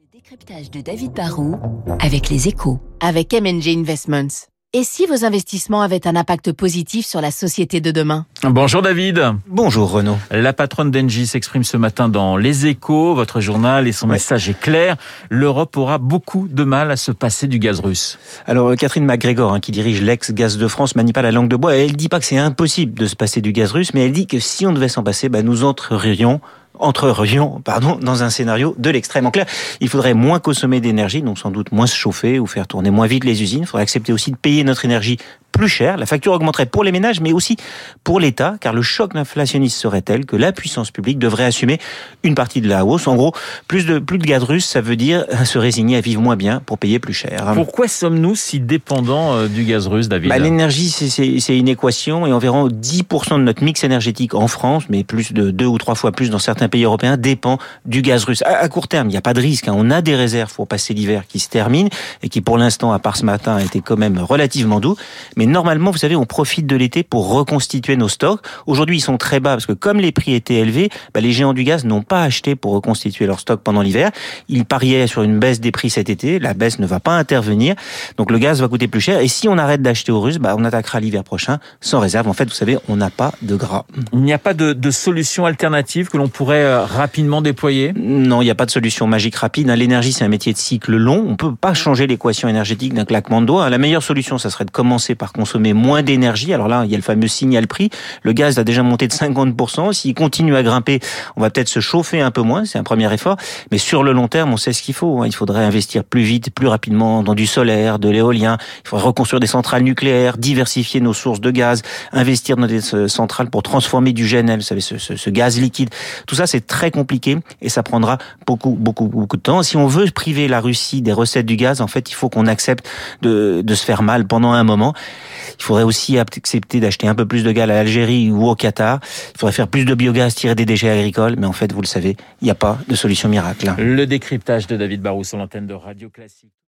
Décryptage de David Barrault avec Les Échos. Avec M&G Investments. Et si vos investissements avaient un impact positif sur la société de demain ? Bonjour David. Bonjour Renaud. La patronne d'Engie s'exprime ce matin dans Les Échos, votre journal, et son message est clair. L'Europe aura beaucoup de mal à se passer du gaz russe. Alors Catherine MacGregor, qui dirige l'ex-Gaz de France, manie pas la langue de bois. Elle dit pas que c'est impossible de se passer du gaz russe, mais elle dit que si on devait s'en passer, nous entrerions dans un scénario de l'extrême. En clair, il faudrait moins consommer d'énergie, donc sans doute moins se chauffer ou faire tourner moins vite les usines. Il faudrait accepter aussi de payer notre énergie plus cher. La facture augmenterait pour les ménages, mais aussi pour l'État, car le choc inflationniste serait tel que la puissance publique devrait assumer une partie de la hausse. En gros, plus de gaz russe, ça veut dire se résigner à vivre moins bien pour payer plus cher. Pourquoi sommes-nous si dépendants du gaz russe, David ? L'énergie, c'est une équation, et environ 10% de notre mix énergétique en France, mais plus de 2 ou 3 fois plus dans certains pays européens, dépend du gaz russe. À court terme, il n'y a pas de risque. On a des réserves pour passer l'hiver qui se termine et qui, pour l'instant, à part ce matin, a été quand même relativement doux. Mais normalement, vous savez, on profite de l'été pour reconstituer nos stocks. Aujourd'hui, ils sont très bas parce que comme les prix étaient élevés, les géants du gaz n'ont pas acheté pour reconstituer leurs stocks pendant l'hiver. Ils pariaient sur une baisse des prix cet été. La baisse ne va pas intervenir. Donc le gaz va coûter plus cher. Et si on arrête d'acheter aux Russes, on attaquera l'hiver prochain sans réserve. En fait, vous savez, on n'a pas de gras. Il n'y a pas de solution alternative que l'on pourrait rapidement déployer ? Non, il n'y a pas de solution magique rapide. L'énergie, c'est un métier de cycle long. On ne peut pas changer l'équation énergétique d'un claquement de doigts. La meilleure solution, ça serait de commencer par consommer moins d'énergie. Alors là, il y a le fameux signal prix. Le gaz a déjà monté de 50%. S'il continue à grimper, on va peut-être se chauffer un peu moins. C'est un premier effort. Mais sur le long terme, on sait ce qu'il faut. Il faudrait investir plus vite, plus rapidement dans du solaire, de l'éolien. Il faudrait reconstruire des centrales nucléaires, diversifier nos sources de gaz, investir dans des centrales pour transformer du GNL, vous savez, ce gaz liquide. Tout ça, c'est très compliqué et ça prendra beaucoup de temps. Si on veut priver la Russie des recettes du gaz, en fait, il faut qu'on accepte de se faire mal pendant un moment. Il faudrait aussi accepter d'acheter un peu plus de gaz à l'Algérie ou au Qatar. Il faudrait faire plus de biogaz, tirer des déchets agricoles. Mais en fait, vous le savez, il n'y a pas de solution miracle. Le décryptage de David Barrault sur l'antenne de Radio Classique.